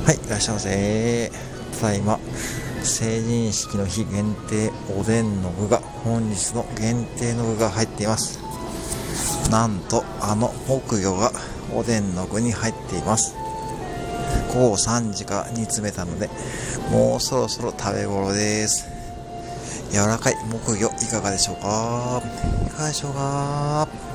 はい、いらっしゃいませ。ただいま、成人式の日限定おでんの具が、本日の限定の具が入っています。なんと、木魚がおでんの具に入っています。午後3時から煮詰めたので、もうそろそろ食べ頃です。柔らかい木魚いかがでしょうか。